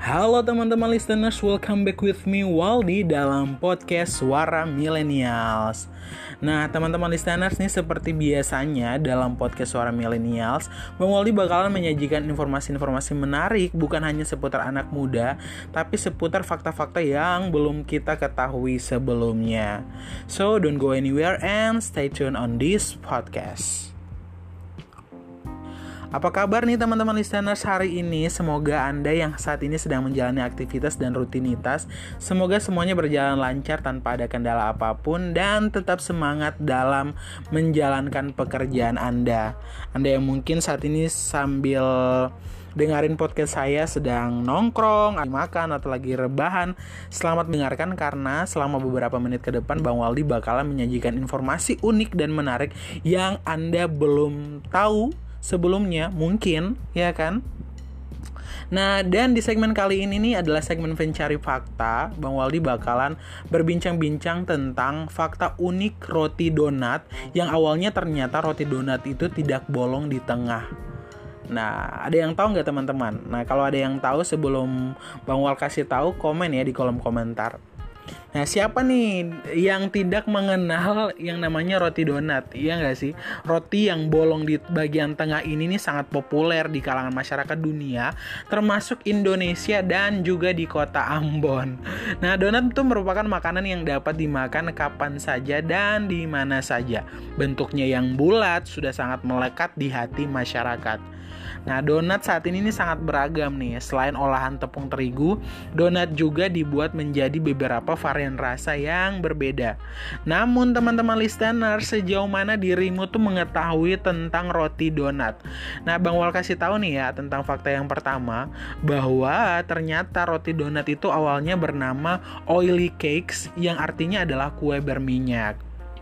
Halo teman-teman listeners, welcome back with me Waldi dalam podcast Suara Millennials. Nah teman-teman listeners nih, seperti biasanya dalam podcast Suara Millennials, Bang Waldi bakalan menyajikan informasi-informasi menarik bukan hanya seputar anak muda, tapi seputar fakta-fakta yang belum kita ketahui sebelumnya. So don't go anywhere and stay tuned on this podcast. Apa kabar nih teman-teman listeners hari ini? Semoga Anda yang saat ini sedang menjalani aktivitas dan rutinitas, semoga semuanya berjalan lancar tanpa ada kendala apapun dan tetap semangat dalam menjalankan pekerjaan Anda. Anda yang mungkin saat ini sambil dengerin podcast saya sedang nongkrong, makan, atau lagi rebahan, selamat mendengarkan karena selama beberapa menit ke depan Bang Waldi bakalan menyajikan informasi unik dan menarik yang Anda belum tahu sebelumnya mungkin, ya kan? Nah, dan di segmen kali ini nih adalah segmen pencari fakta. Bang Waldi bakalan berbincang-bincang tentang fakta unik roti donat yang awalnya ternyata roti donat itu tidak bolong di tengah. Nah, ada yang tahu nggak teman-teman? Nah, kalau ada yang tahu sebelum Bang Wal kasih tahu, komen ya di kolom komentar. Nah, siapa nih yang tidak mengenal yang namanya roti donat? Iya nggak sih? Roti yang bolong di bagian tengah ini nih sangat populer di kalangan masyarakat dunia, termasuk Indonesia dan juga di kota Ambon. Nah, donat itu merupakan makanan yang dapat dimakan kapan saja dan di mana saja. Bentuknya yang bulat sudah sangat melekat di hati masyarakat. Nah, donat saat ini nih sangat beragam nih. Selain olahan tepung terigu, donat juga dibuat menjadi beberapa varian rasa yang berbeda. Namun teman-teman listener, sejauh mana dirimu tuh mengetahui tentang roti donat? Nah, Bang Wal kasih tahu nih ya tentang fakta yang pertama, bahwa ternyata roti donat itu awalnya bernama oily cakes, yang artinya adalah kue berminyak.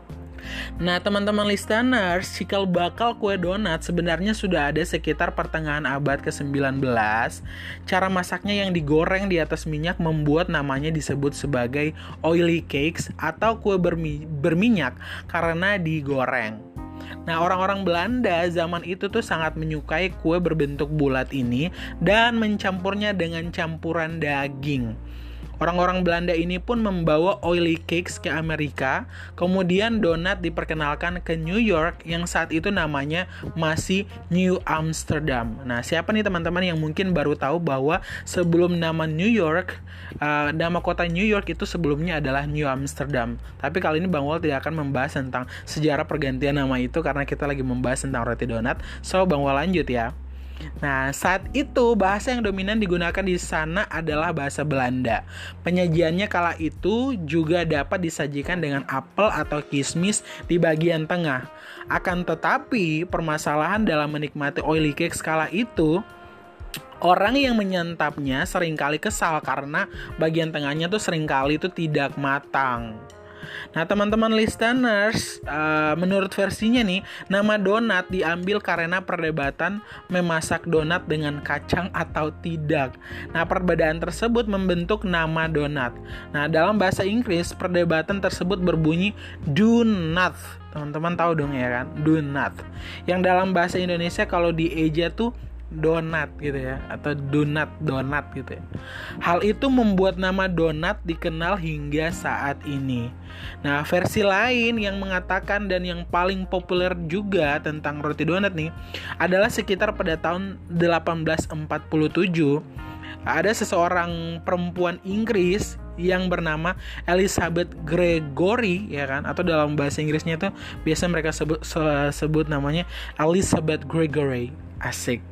Nah teman-teman listeners, cikal bakal kue donat sebenarnya sudah ada sekitar pertengahan abad ke-19. Cara masaknya yang digoreng di atas minyak membuat namanya disebut sebagai oily cakes atau kue berminyak karena digoreng. Nah, orang-orang Belanda zaman itu tuh sangat menyukai kue berbentuk bulat ini dan mencampurnya dengan campuran daging. Orang-orang Belanda ini pun membawa oily cakes ke Amerika, kemudian donat diperkenalkan ke New York yang saat itu namanya masih New Amsterdam. Nah, siapa nih teman-teman yang mungkin baru tahu bahwa sebelum nama New York, nama kota New York itu sebelumnya adalah New Amsterdam. Tapi kali ini Bang Wal tidak akan membahas tentang sejarah pergantian nama itu karena kita lagi membahas tentang roti donat. So, Bang Wal lanjut ya. Nah, saat itu bahasa yang dominan digunakan di sana adalah bahasa Belanda. Penyajiannya kala itu juga dapat disajikan dengan apel atau kismis di bagian tengah. Akan tetapi, permasalahan dalam menikmati oily cake kala itu, orang yang menyantapnya seringkali kesal karena bagian tengahnya tuh seringkali itu tidak matang. Nah teman-teman listeners, menurut versinya nih, nama donat diambil karena perdebatan memasak donat dengan kacang atau tidak. Nah, perbedaan tersebut membentuk nama donat. Nah, dalam bahasa Inggris, perdebatan tersebut berbunyi do not. Teman-teman tahu dong ya kan, do not. Yang dalam bahasa Indonesia kalau dieja tuh donat gitu ya, atau donat gitu ya. Hal itu membuat nama donat dikenal hingga saat ini. Nah, versi lain yang mengatakan dan yang paling populer juga tentang roti donat nih adalah sekitar pada tahun 1847 ada seseorang perempuan Inggris yang bernama Elizabeth Gregory, ya kan, atau dalam bahasa Inggrisnya tuh biasa mereka sebut namanya Elizabeth Gregory. Asik.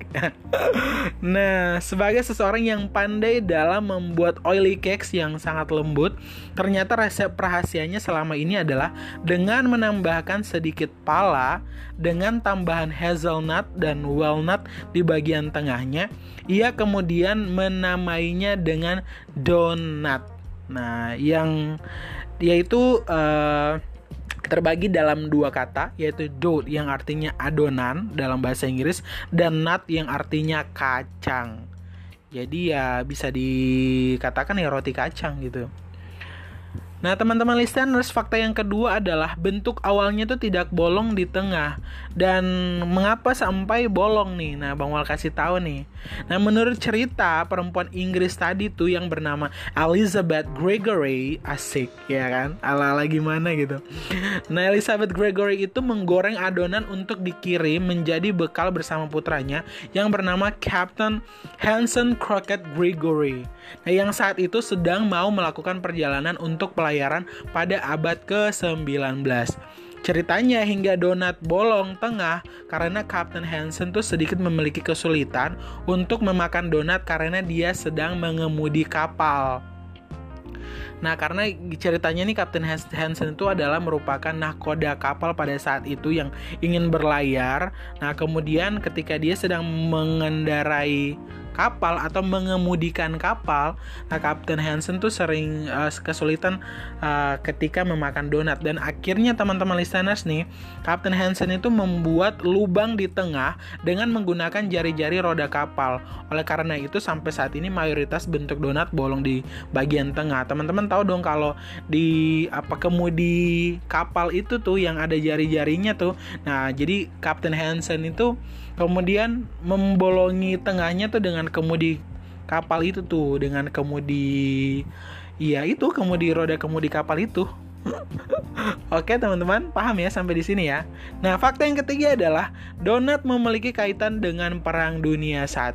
Nah, sebagai seseorang yang pandai dalam membuat oily cakes yang sangat lembut, ternyata resep rahasianya selama ini adalah dengan menambahkan sedikit pala dengan tambahan hazelnut dan walnut di bagian tengahnya. Ia kemudian menamainya dengan donut. Nah, yang yaitu terbagi dalam dua kata, yaitu dough yang artinya adonan dalam bahasa Inggris dan nut yang artinya kacang. Jadi ya bisa dikatakan ya roti kacang gitu. Nah, teman-teman listeners, fakta yang kedua adalah bentuk awalnya itu tidak bolong di tengah. Dan mengapa sampai bolong nih? Nah, Bang Wal kasih tahu nih. Nah, menurut cerita perempuan Inggris tadi tuh yang bernama Elizabeth Gregory, asik ya kan? Ala-ala gimana gitu. Nah, Elizabeth Gregory itu menggoreng adonan untuk dikirim menjadi bekal bersama putranya yang bernama Captain Hanson Crockett Gregory. Nah, yang saat itu sedang mau melakukan perjalanan untuk pelayaran pada abad ke-19. Ceritanya hingga donat bolong tengah karena Captain Hanson tuh sedikit memiliki kesulitan untuk memakan donat karena dia sedang mengemudi kapal. Nah, karena ceritanya nih Captain Hanson itu adalah merupakan nahkoda kapal pada saat itu yang ingin berlayar. Nah, kemudian ketika dia sedang mengendarai kapal atau mengemudikan kapal, nah Captain Hanson tuh sering kesulitan ketika memakan donat, dan akhirnya teman-teman listeners nih, Captain Hanson itu membuat lubang di tengah dengan menggunakan jari-jari roda kapal. Oleh karena itu sampai saat ini mayoritas bentuk donat bolong di bagian tengah. Teman-teman tahu dong kalau di kemudi kapal itu tuh yang ada jari-jarinya tuh. Nah, jadi Captain Hanson itu kemudian membolongi tengahnya tuh dengan kemudi kapal itu tuh, dengan kemudi roda kemudi kapal itu. Oke teman-teman, paham ya sampai di sini ya. Nah, fakta yang ketiga adalah donat memiliki kaitan dengan Perang Dunia I.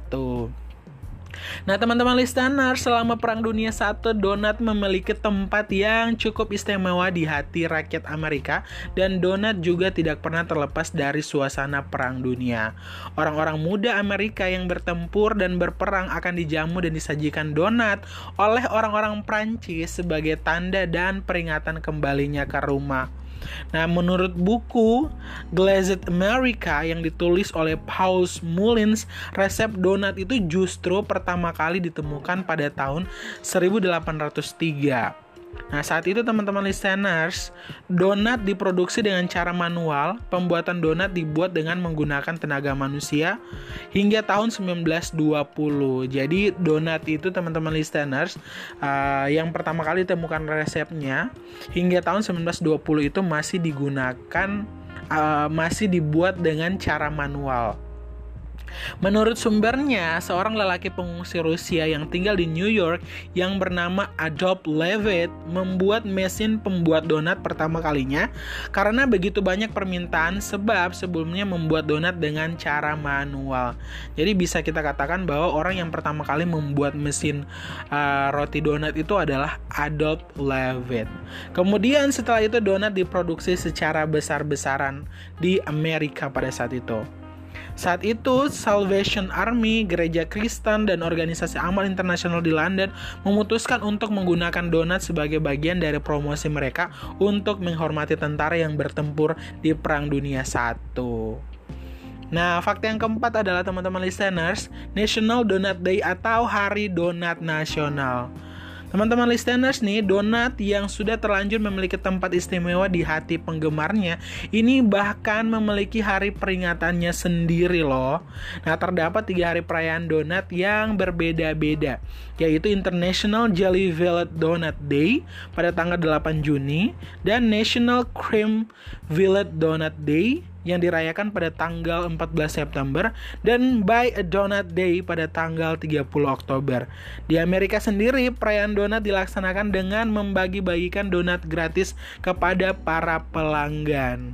Nah, teman-teman listener, selama Perang Dunia I, donat memiliki tempat yang cukup istimewa di hati rakyat Amerika, dan donat juga tidak pernah terlepas dari suasana Perang Dunia. Orang-orang muda Amerika yang bertempur dan berperang akan dijamu dan disajikan donat oleh orang-orang Prancis sebagai tanda dan peringatan kembalinya ke rumah. Nah, menurut buku Glazed America yang ditulis oleh Paul Mullins, resep donat itu justru pertama kali ditemukan pada tahun 1803. Nah, saat itu teman-teman listeners, donat diproduksi dengan cara manual. Pembuatan donat dibuat dengan menggunakan tenaga manusia hingga tahun 1920. Jadi donat itu teman-teman listeners, yang pertama kali ditemukan resepnya hingga tahun 1920 itu masih digunakan, masih dibuat dengan cara manual. Menurut sumbernya, seorang lelaki pengungsi Rusia yang tinggal di New York yang bernama Adolf Levitt membuat mesin pembuat donat pertama kalinya karena begitu banyak permintaan, sebab sebelumnya membuat donat dengan cara manual. Jadi bisa kita katakan bahwa orang yang pertama kali membuat mesin roti donat itu adalah Adolf Levitt. Kemudian setelah itu donat diproduksi secara besar-besaran di Amerika pada saat itu. Saat itu, Salvation Army, gereja Kristen, dan organisasi amal internasional di London memutuskan untuk menggunakan donat sebagai bagian dari promosi mereka untuk menghormati tentara yang bertempur di Perang Dunia I. Nah, fakta yang keempat adalah teman-teman listeners, National Donut Day atau Hari Donat Nasional. Teman-teman listeners nih, donat yang sudah terlanjur memiliki tempat istimewa di hati penggemarnya, ini bahkan memiliki hari peringatannya sendiri loh. Nah, terdapat 3 hari perayaan donat yang berbeda-beda, yaitu International Jelly Filled Donut Day pada tanggal 8 Juni dan National Cream Filled Donut Day yang dirayakan pada tanggal 14 September dan Buy a Donut Day pada tanggal 30 Oktober. Di Amerika sendiri, perayaan donat dilaksanakan dengan membagi-bagikan donat gratis kepada para pelanggan.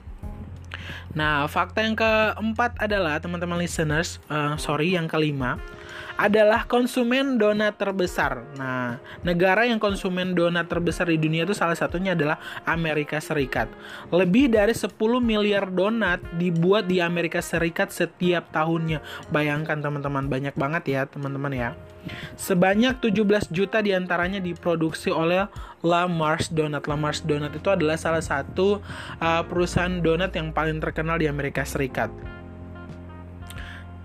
Nah, fakta yang keempat adalah teman-teman listeners, yang kelima adalah konsumen donat terbesar. Nah, negara yang konsumen donat terbesar di dunia itu salah satunya adalah Amerika Serikat. Lebih dari 10 miliar donat dibuat di Amerika Serikat setiap tahunnya. Bayangkan teman-teman, banyak banget ya teman-teman ya. Sebanyak 17 juta diantaranya diproduksi oleh La Mars Donut. La Mars Donut itu adalah salah satu perusahaan donat yang paling terkenal di Amerika Serikat.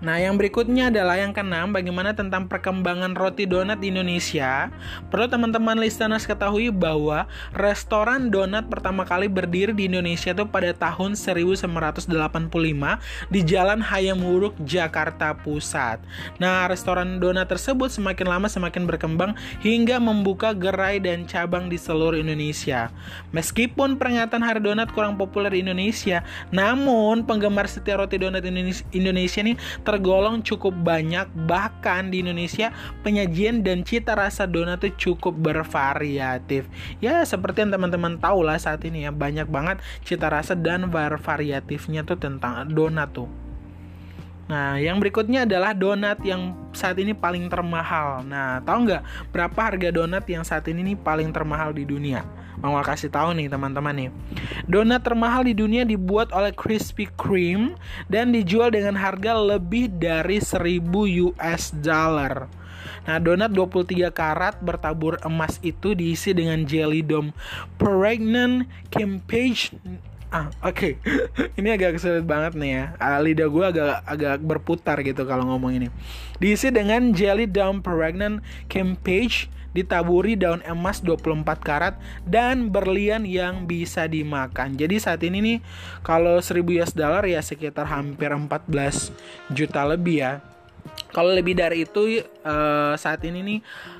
Nah, yang berikutnya adalah yang keenam, bagaimana tentang perkembangan roti donat di Indonesia. Perlu teman-teman listeners ketahui bahwa restoran donat pertama kali berdiri di Indonesia itu pada tahun 1985 di Jalan Hayam Wuruk, Jakarta Pusat. Nah, restoran donat tersebut semakin lama semakin berkembang hingga membuka gerai dan cabang di seluruh Indonesia. Meskipun peringatan Hari Donat kurang populer di Indonesia, namun penggemar setia roti donat Indonesia nih tergolong cukup banyak. Bahkan di Indonesia penyajian dan cita rasa donat itu cukup bervariatif. Ya seperti yang teman-teman tahu lah saat ini ya, banyak banget cita rasa dan variatifnya tuh tentang donat tuh. Nah, yang berikutnya adalah donat yang saat ini paling termahal. Nah, tahu nggak berapa harga donat yang saat ini nih paling termahal di dunia? Mau kasih tahu nih teman-teman nih. Donat termahal di dunia dibuat oleh Krispy Kreme dan dijual dengan harga lebih dari $1.000. Nah, donat 23 karat bertabur emas itu diisi dengan jelly dome pregnant campage. Oke. Ini agak sulit banget nih ya. Lidah gue agak berputar gitu kalau ngomong ini. Diisi dengan jelly dome pregnant campage, ditaburi daun emas 24 karat dan berlian yang bisa dimakan. Jadi saat ini nih kalau $1.000 ya sekitar hampir 14 juta lebih ya. Kalau lebih dari itu saat ini nih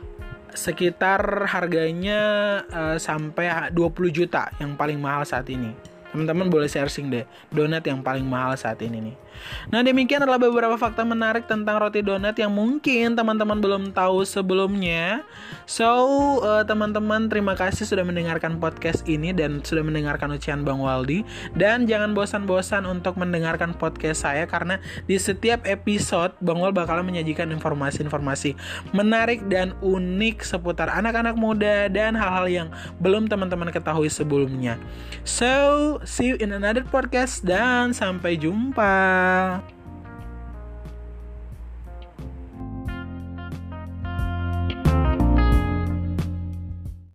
sekitar harganya sampai 20 juta yang paling mahal saat ini. Teman-teman boleh searching deh donat yang paling mahal saat ini nih. Nah, demikian adalah beberapa fakta menarik tentang roti donat yang mungkin teman-teman belum tahu sebelumnya. So, teman-teman terima kasih sudah mendengarkan podcast ini dan sudah mendengarkan ucian Bang Waldi. Dan jangan bosan-bosan untuk mendengarkan podcast saya karena di setiap episode Bang Wal bakalan menyajikan informasi-informasi menarik dan unik seputar anak-anak muda dan hal-hal yang belum teman-teman ketahui sebelumnya. So, see you in another podcast dan sampai jumpa.